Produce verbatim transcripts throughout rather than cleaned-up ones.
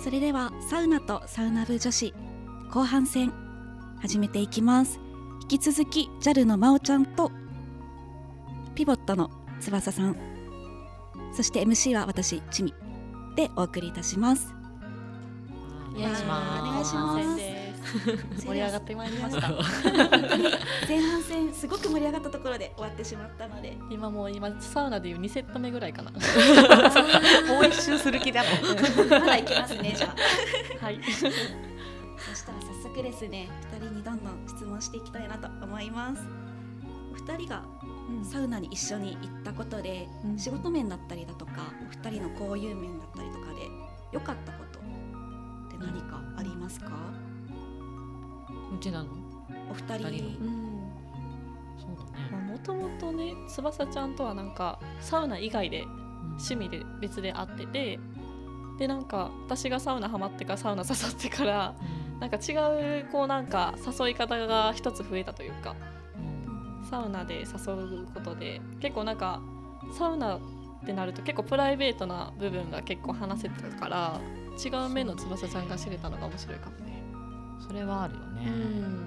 それではサウナとサウナ部女子後半戦始めていきます。引き続き ジャル のまおちゃんとピボットの翼さん、そして エムシー は私ちみでお送りいたします。 お願いします。 お願いします盛り上がってまいりました前半戦すごく盛り上がったところで終わってしまったので、 今もう今サウナでいうにセット目ぐらいかなもう一周する気だもんまだいきますね。じゃあはいそしたら早速ですね、ふたりにどんどん質問していきたいなと思います。お二人がサウナに一緒に行ったことで、うん、仕事面だったりだとかお二人の交友面だったりとかで良かったことって何かありますか？ うちなのお二人、 二人の、うん、 そうだね。もともとね、翼ちゃんとはなんかサウナ以外で趣味で別で会ってて、うん、でなんか私がサウナハマってからサウナ刺さってから、うん、なんか違うこうなんか誘い方が一つ増えたというか、うん、サウナで誘うことで結構なんかサウナってなると結構プライベートな部分が結構話せてたから、違う面の翼ちゃんが知れたのが面白いかもね。 それはあるよね、うん、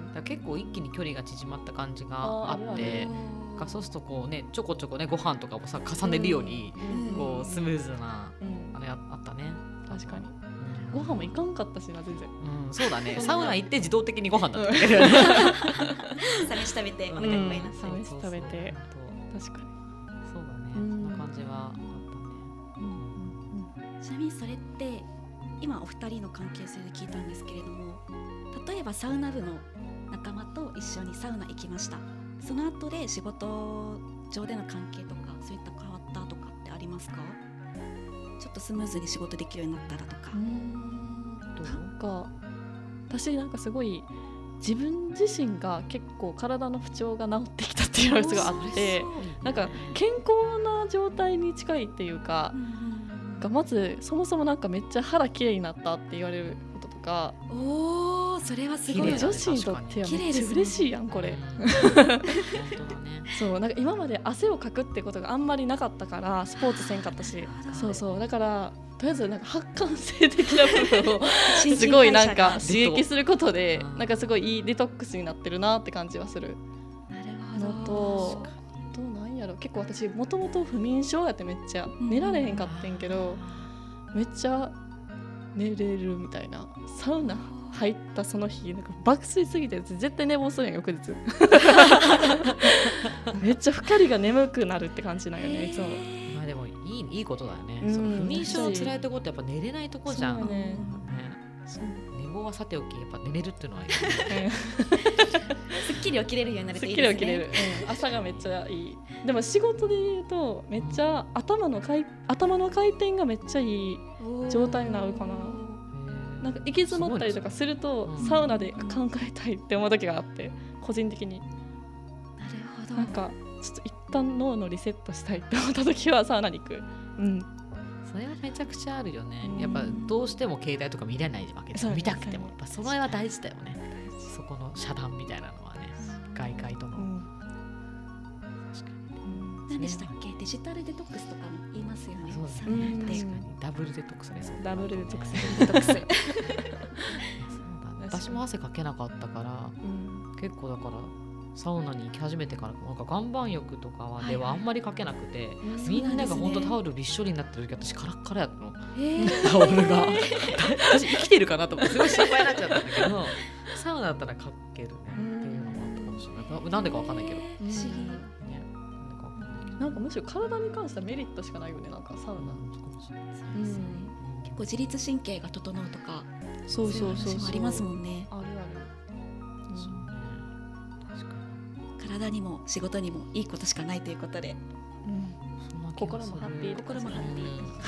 だから結構一気に距離が縮まった感じがあってあそうするとこう、ね、ちょこちょこねご飯とかもさ重ねるように、うん、こうスムーズな、うん、あれ あ, あったね。 確かに、うん、ご飯もいかんかったしな全然、 うん、そうだねサウナ行って自動的にご飯だったけどねサ飯食べてお腹いっぱいになって、 サ飯食べて確かにそうだね、うん、そんな感じはあったね、 うんうんうん、ちなみにそれって今お二人の関係性で聞いたんですけれども、例えばサウナ部の仲間と一緒にサウナ行きました、その後で仕事上での関係とかそういった変わったとかってありますか？ちょっとスムーズに仕事できるようになったらとか。うーんなんか私なんかすごい自分自身が結構体の不調が治ってきたっていうのがすごいあって、なんか健康な状態に近いっていうか、がまずそもそもなんかめっちゃ腹きれいになったって言われることとか、 おーそれはすごい、 ね、女子にとってはめっちゃ嬉しいやんこれ、うん、 本当だねそうなんか今まで汗をかくってことがあんまりなかったからスポーツせんかったし、そうそうだからとりあえずなんか発汗性的な部分をすごいなんか刺激することでなんかすごいいいデトックスになってるなって感じはする。 なるほど。 とどうなんやろ、結構私もともと不眠症やってめっちゃ寝られへんかってんけど、うん、めっちゃ寝れるみたいな。サウナ入ったその日なんか爆睡すぎて絶対寝坊するやん翌日めっちゃ光が眠くなるって感じなんよねいつも。 まあでもいい、いいことだよね、うん、その不眠症の辛いとこってやっぱ寝れないとこじゃん。そうね、ね、そう寝坊はさておきやっぱ寝れるっていうのはいい、ね、 すっきり起きれるようになるといいですね。 すっきり起きれる、うん、朝がめっちゃいい。でも仕事で言うとめっちゃ頭の回、頭の回転がめっちゃいい状態になるかな。なんか行き詰まったりとかするとサウナで考えたいって思う時があって、個人的になるほど、 なんかちょっと一旦脳のリセットしたいって思った時はサウナに行く、うん、 それはめちゃくちゃあるよね。やっぱどうしても携帯とか見れないわけで、見たくてもやっぱそれは大事だよね。そこの遮断みたいなのはね、外界との、うん、 確かに、何でしたっけ、デジタルデトックスとかも言いますよね。 そうですね、うん、確かにダブルデトックスね。 ダブルデトックスデトックスそうだね、 私も汗かけなかったから、うん、結構だからサウナに行き始めてからなんか岩盤浴とかではあんまりかけなくて、はいはい、みんなが本当タオルびっしょりになってる時私カラッカラやったの、えー、タオルが私生きてるかなと思ってすごい心配になっちゃったんだけどサウナだったらかけるねっていうのもあったかもしれない。なんでかわかんないけど、 不思議、ね、 なんかむしろ体に関してはメリットしかないよね、なんかサウナ、うん、 結構自律神経が整うとかそうそうそうそうありますもんね。 あるある、うん、 そうね、確かに体にも仕事にもいいことしかないということで、 うん、心もハッピー、 心もハッピー、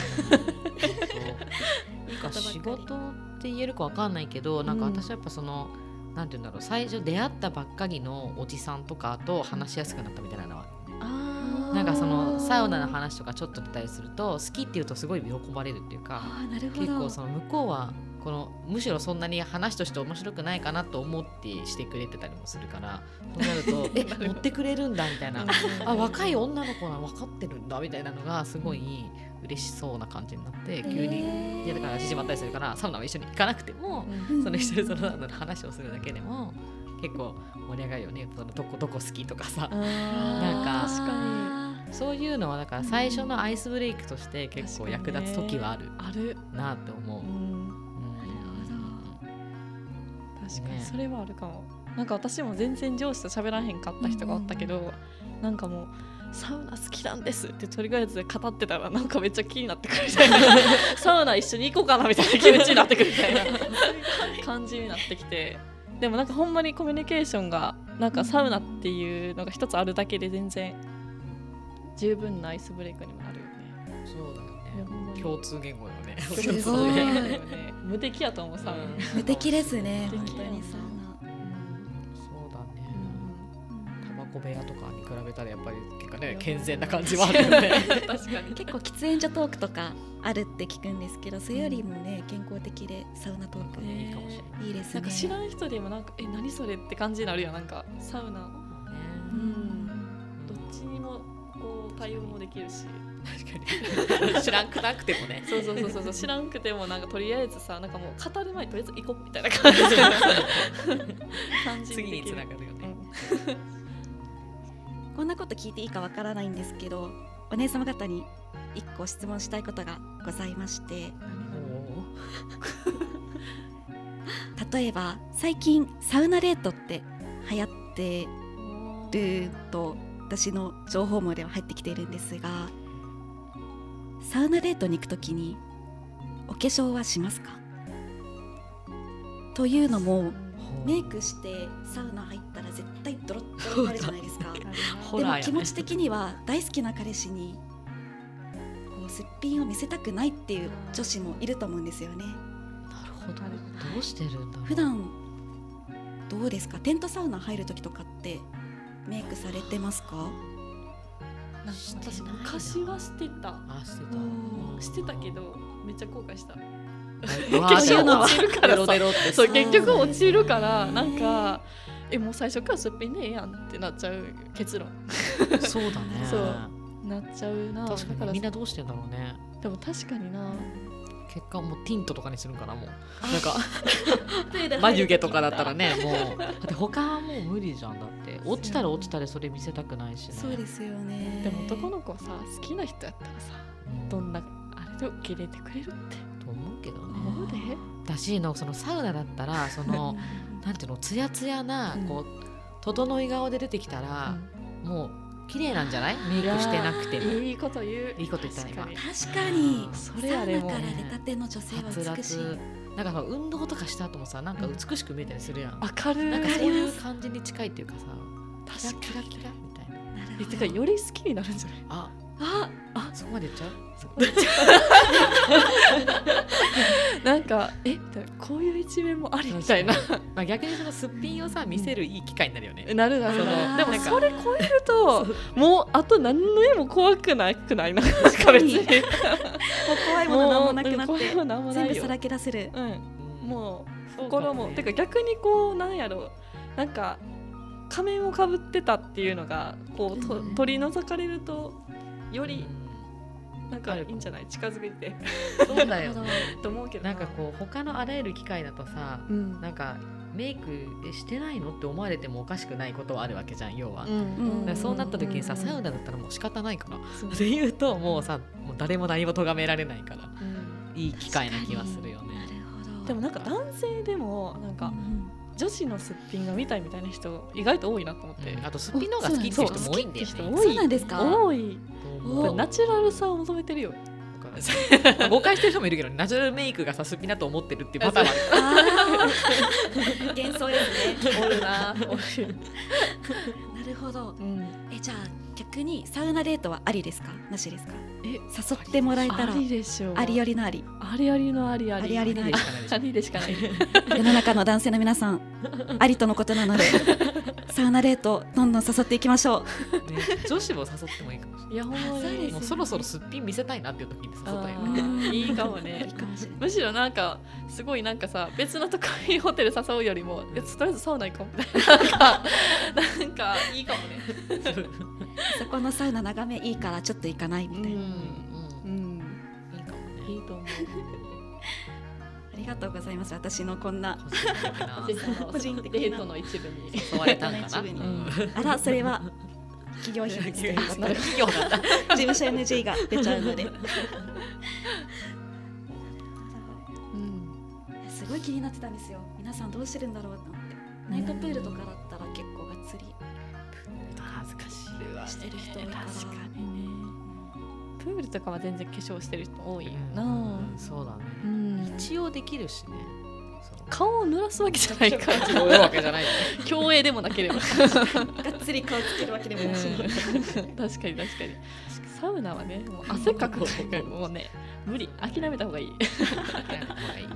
いいこと仕事って言えるか分かんないけど、なんか私はやっぱその、うん、なんていうんだろう、最初出会ったばっかりのおじさんとかと話しやすくなったみたいなのは、あ、なんかそのサウナの話とかちょっと出たりすると好きって言うとすごい喜ばれるっていうか、 あ、なるほど、 結構その向こうはこのむしろそんなに話として面白くないかなと思ってしてくれてたりもするから、そうなるとえ乗ってくれるんだみたいなあ若い女の子は分かってるんだみたいなのがすごい嬉しそうな感じになって急にいやだから始まったりするから、サウナは一緒に行かなくても、うん、その一緒にその話をするだけでも結構盛り上がるよね。そのどこどこ好きとかさ、なんか確かにそういうのはだから最初のアイスブレイクとして結構役立つ時はあるなって思う。うん、 確かにそれはあるかも。なんか私も全然上司と喋らへんかった人がおったけど、うん、なんかもうサウナ好きなんですってとりあえず語ってたらなんかめっちゃ気になってくるみたいなサウナ一緒に行こうかなみたいな気持ちになってくるみたいな感じになってきて、でもなんかほんまにコミュニケーションがなんかサウナっていうのが一つあるだけで全然十分なアイスブレイクにもなるよね。 そうだよね、共通言語よね。 すごい無敵やと思うサウナ、 無敵ですね本当にサウナ、 うん、そうだね、うん、タバコ部屋とかに比べたらやっぱり結構ね健全な感じはあるよね確かに結構喫煙所トークとかあるって聞くんですけど、それよりもね健康的でサウナトーク、 ね、いいかもしれない。 いいですね。 なんか知らん人でもなんかえ何それって感じになるよ。なんかサウナ、ね、うん、どっちにもこう対応もできるし、 確かに知らんくなくてもねそうそうそうそう知らんくてもなんかとりあえずさなんかもう語る前にとりあえず行こうみたいな感じ感じ次につながるよね、 うん、こんなこと聞いていいかわからないんですけど、お姉様方に一個質問したいことがございまして、例えば最近サウナデートって流行ってると私の情報網では入ってきているんですが、サウナデートに行くときにお化粧はしますか？というのもメイクしてサウナ入ったら絶対ドロッドロになるじゃないですかでも気持ち的には大好きな彼氏にこうすっぴんを見せたくないっていう女子もいると思うんですよね。 なるほど、どうしてるんだろう。 普段どうですか？テントサウナ入るときとかってメイクされてますか？ なんか私昔はしてた。 あ、してた。 してたけどめっちゃ後悔した。 結局落ちるからさ、 そう結局落ちるからなんかえもう最初からすっぴんでええやんってなっちゃう結論。 そうだね。 そうなっちゃうな。 確かにみんなどうしてんだろうね。 でも確かにな。 結果もうティントとかにするんかなもう。なんか眉毛とかだったらねもうだって他はもう無理じゃん。だって落ちたら落ちたでそれ見せたくないしね。 そうですよね。 でも男の子さ好きな人やったらさ、うん、どんなあれで受け入れてくれるってと思うけどね。 思うで。 だしのそのサウナだったらそのなんていうのツヤツヤなこう整い顔で出てきたら、うん、もう綺麗なんじゃない？メイクしてなくても。 いいこと言う。 いいこと言ったね今。 確かに。 それあれもサウナから出たての女性は美しい。 なんか運動とかした後もさなんか美しく見えたりするやん。 明るい。 なんかそういう感じに近いっていうかさ。 確かに。 キラキラキラみたいな。 なるほど。 てかより好きになるんじゃない？ あああそこまで言っちゃう？ そこまで言っちゃう。なんかえこういう一面もありみたいな。 まあ逆にそのすっぴんをさ見せるいい機会になるよね。 なるなる。でもそれ超えるともうあと何の絵も怖くないくないな。 確かに。もう怖いものなんもなくなって全部さらけ出せる。 うん。もう心もてか逆にこうなんやろなんか仮面をかぶってたっていうのがこうと取り除かれるとよりなんかいいんじゃない？近づいて。 そうだよね。 と思うけどなんかこう他のあらゆる機会だとさ、うん、なんかメイクしてないのって思われてもおかしくないことはあるわけじゃん要は、うん、だからそうなった時にさ、うん、サウナだったらもう仕方ないから、うん、って言うともうさもう誰も何も咎められないから、うん、いい機会な気はするよね。 なるほど。 でもなんか男性でもなんか、うん女子のすっぴんが見たいみたいな人意外と多いなと思って、 うん、あとすっぴんの方が好きっていう人も多いんだよね。 そうなんですか？ 多い。ナチュラルさを求めてるよ。 誤解してる人もいるけどナチュラルメイクがさすっぴんだと思ってるっていうパターンある。幻想ですね。 おるな。おる。 なるほど、うん、えじゃあ逆にサウナデートはありですかなしですか？え誘ってもらえたらありでしょう。 ありよりのありありありのありありありありのありありでしかない。 世の中の男性の皆さんありとのことなのでサウナデートどんどん誘っていきましょう、 ね、女子も誘ってもいいかもしれない。 いやほんまにもうそろそろすっぴん見せたいなっていう時に誘ったよね。いいかもね。むしろなんかすごいなんかさ別のとこにホテル誘うよりもいやとりあえずサウナ行こうみたいななんかなんかいいかもねそこのサウナ眺めいいからちょっと行かないみたいな、うんうん、いいかもね。 いいと思うありがとうございます。私のこんな個人的なデートの一部に誘われたんかな、うん、 あらそれは企業秘密ということで企業だった事務所 エヌジー が出ちゃうので、うん、すごい気になってたんですよ。皆さんどうしてるんだろうと思って。ナイトプールとかだったら結構がっつり恥ずかしいしてる人多いから。 確かにね。プールとかは全然化粧してる人多いよな、 うん、そうだね、うん、一応できるしね。 顔を濡らすわけじゃないから競泳でもなければがっつり顔つけるわけでもないし、うん、 確かに確かにサウナはねもう汗かくというかもうね無理諦めた方がいい諦めた方がいい、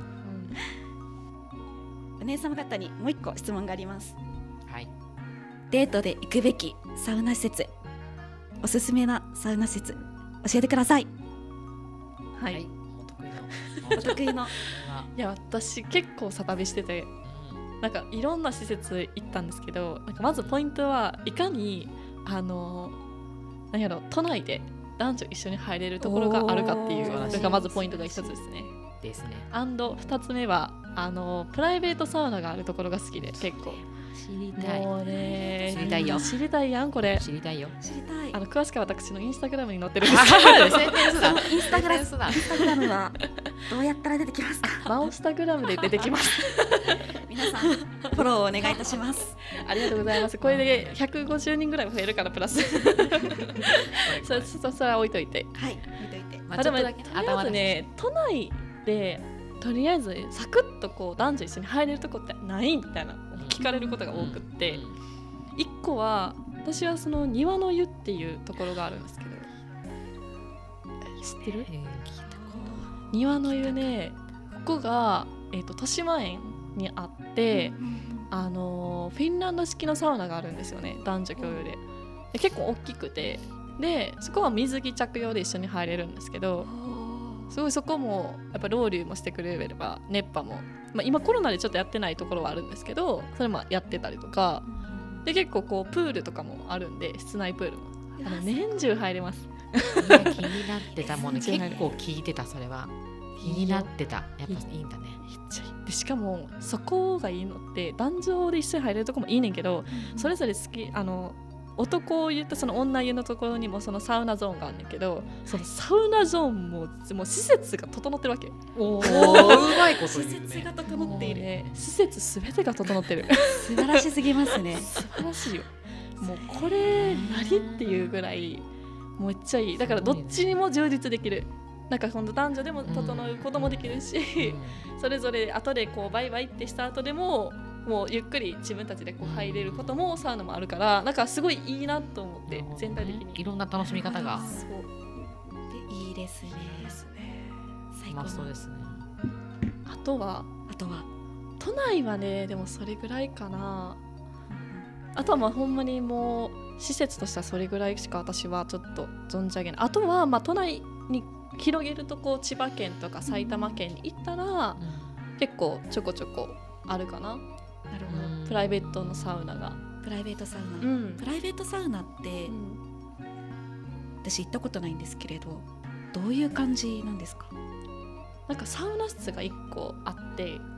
うん、お姉様方にもう一個質問があります。 はい。 デートで行くべきサウナ施設、おすすめなサウナ施設教えてください。 はい、はい、 お得意のいや私結構サ旅してて、うん、なんかいろんな施設行ったんですけど、なんかまずポイントはいかにあの何やろ都内で男女一緒に入れるところがあるかっていうのがまずポイントが一つですね。 ですね。 アンド二つ目はあのプライベートサウナがあるところが好きで結構知りたい。 もうね知りたいよ。 知りたいやんこれ。 知りたいよ。 知りたい。 あの詳しくは私のインスタグラムに載ってるんですけど、 インスタグラムインスタグラムはどうやったら出てきますか？ マオスタグラムで出てきます。 皆さんフォローお願いいたします。 ありがとうございます。これでひゃくごじゅうにんぐらい増えるからプラス。それそそれは置いといて。 はい置いといて。 まあでもとりあえずね都内でとりあえずサクッとこう男女一緒に入れるとこってないみたいな聞かれることが多くって、いっこは私はその庭の湯っていうところがあるんですけど、知ってる？庭の湯ね、ここが、えーと、豊島園にあって、あのフィンランド式のサウナがあるんですよね、男女共有で。で結構大きくて、でそこは水着着用で一緒に入れるんですけど、すごいそこもやっぱロウリュもしてくれれば熱波も、まあ、今コロナでちょっとやってないところはあるんですけど、それもやってたりとかで、結構こうプールとかもあるんで、室内プールもあの年中入れます。 気になってたもんね。結構聞いてた。それは気になってた。やっぱいいんだね。 でしかもそこがいいのって男女で一緒に入れるとこもいいねんけど、うん、それぞれ好きあの男を言ったその女湯のところにもそのサウナゾーンがあるんだけど、そのサウナゾーンももう施設が整ってるわけ。 おーうまいこと言うね。 施設が整っている、 ね、施設すべてが整ってる。 素晴らしすぎますね。 素晴らしいよ。もうこれ何っていうぐらいめっちゃいい。だからどっちにも充実できる。なんか今度男女でも整うこともできるし、うん、それぞれ後でこうバイバイってした後でももうゆっくり自分たちでこう入れることもサウナもあるから、なんかすごいいいなと思って、全体的にいろんな楽しみ方が。 そうでいいですね。いいですね。 最高そうですね。 あとはあとは都内はね、でもそれぐらいかな。あとはまあほんまにもう施設としてはそれぐらいしか私はちょっと存じ上げない。あとはまあ都内に広げるとこう千葉県とか埼玉県に行ったら、うん、結構ちょこちょこあるかな。 なるほど。 プライベートのサウナが。 プライベートサウナ。 うん、 プライベートサウナって、うん、私行ったことないんですけれど、どういう感じなんですか？ なんかサウナ室がいっこあって、うんうん、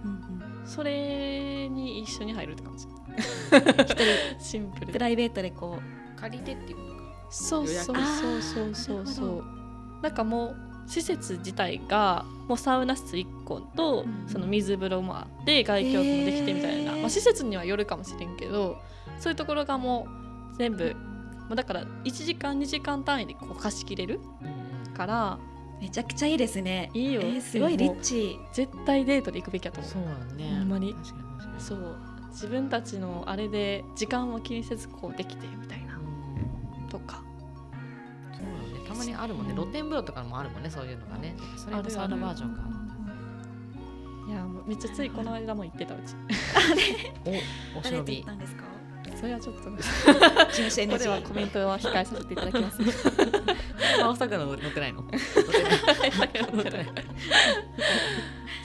それに一緒に入るって感じ。一人シンプルでプライベートでこう借りてっていうのか。 そうそうそうそうそうそう。なんかもう施設自体がもうサウナ室いっこと、うん、その水風呂もあって外気浴もできてみたいな、まあ、施設にはよるかもしれんけど、そういうところがもう全部もうだからいちじかんにじかん単位でこう貸し切れるから、 めちゃくちゃいいですね。 いいよ、 えー、すごいリッチ。 絶対デートで行くべきだと思う。 そうだね。 ほんまに確かに確かに。 そう自分たちのあれで時間を気にせずこうできてみたいな、うん、とか。 たまにあるもんね、露天風呂とかもあるもんね、そういうのがね。それもサウナバージョンか。 いやめっちゃついこの間も行ってたうち。 おお忍び。 誰と行ったんですか？ それはちょっと事務所 エヌジーここではコメントは控えさせていただきます。 マオスタグの乗ってないの？乗ってない。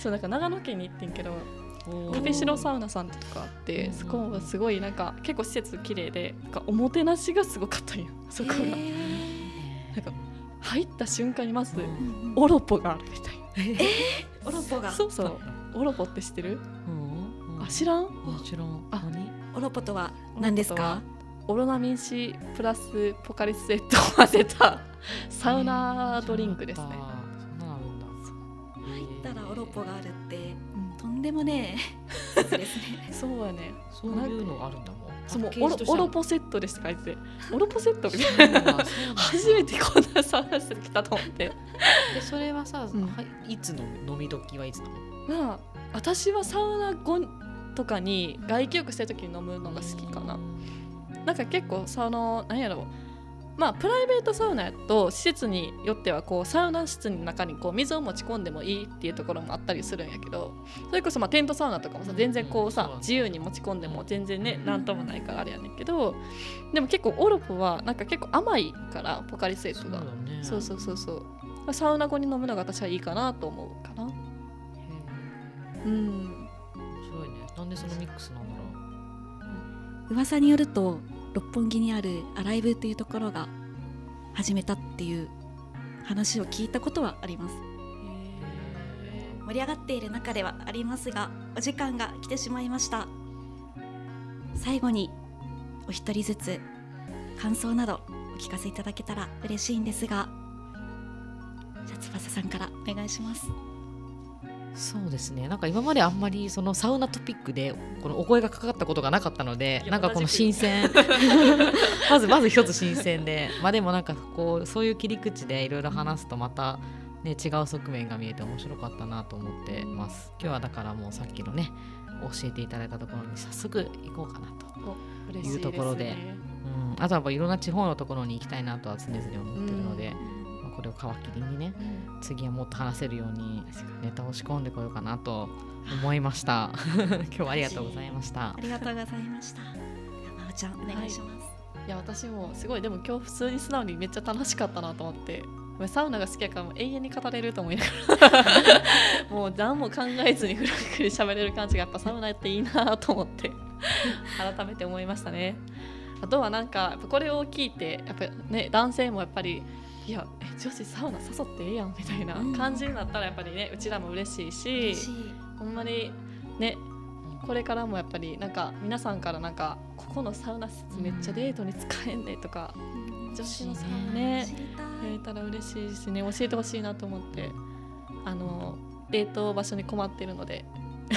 そうなんか長野県に行ってんけどカペシロサウナさんとかあってそこもすごいなんか結構施設綺麗でなんかおもてなしがすごかったんよそこが。なんか入った瞬間にまずオロポがあるみたいな。 えー、オロポがそうそうオロポって知ってる？ うん、 あ知らん？ もちろん。あ、何？ オロポとは何ですか？ オロナミン C プラスポカリスエットを混ぜたサウナドリンクですね。 そんなのあるんだ。 入ったらオロポがあるって、うん、とんでもねえやつですね。 そうやね。 そういうのがあるんだもん。 そうもうオロ、オロポセットですって書いててオロポセットみたいな初めてこんなサウナ室来たと思ってでそれはさ、うん、いつの飲み時はいつなの？ まあ私はサウナ後とかに外気浴してる時に飲むのが好きかな。なんか結構その何やろうまあプライベートサウナやと施設によってはこうサウナ室の中にこう水を持ち込んでもいいっていうところもあったりするんやけどそれこそまあテントサウナとかもさ全然こうさ自由に持ち込んでも全然ねなんともないからあれやねんけどでも結構オロポはなんか結構甘いからポカリスエットがそうそうそうそうサウナ後に飲むのが私はいいかなと思うかな。うん面白いね。なんでそのミックスなんだろう。噂によると六本木にあるアライブというところが始めたっていう話を聞いたことはあります。盛り上がっている中ではありますがお時間が来てしまいました。最後にお一人ずつ感想などお聞かせいただけたら嬉しいんですがじゃあ翼さんからお願いします。 そうですね。なんか今まであんまりそのサウナトピックでこのお声がかかったことがなかったのでなんかこの新鮮まずまず一つ新鮮でまあでもなんかこうそういう切り口でいろいろ話すとまたね違う側面が見えて面白かったなと思ってます。今日はだからもうさっきのね教えていただいたところに早速行こうかなというところで、うん、あとはやっぱいろんな地方のところに行きたいなとは常々思ってるので、まあ、これを皮切りにね、うん、次はもっと話せるようにネタを仕込んでこようかなと思いました今日はありがとうございました。 ありがとうございました。まおちゃんお願いします。 はい、いや私もすごいでも今日普通に素直にめっちゃ楽しかったなと思ってサウナが好きやからもう永遠に語れると思いながらもう何も考えずにフラックに喋れる感じがやっぱサウナっていいなと思って改めて思いましたね。あとはなんかやっぱこれを聞いてやっぱね男性もやっぱりいやえ女子サウナ誘ってええやんみたいな感じになったらやっぱりねうちらも嬉しいしほんまにねこれからもやっぱりなんか皆さんからなんかここのサウナ施設めっちゃデートに使えんねとか、うん、女子のサウナねやれたら嬉しいしね教えてほしいなと思ってあのデート場所に困っているので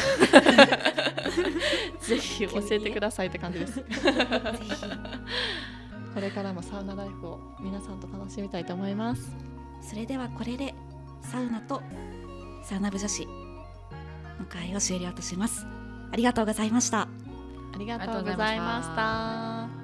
ぜひ教えてくださいって感じですこれからもサウナライフを皆さんと楽しみたいと思います。 それではこれでサウナとサウナ部女子の会を終了とします。ありがとうございました。 ありがとうございました。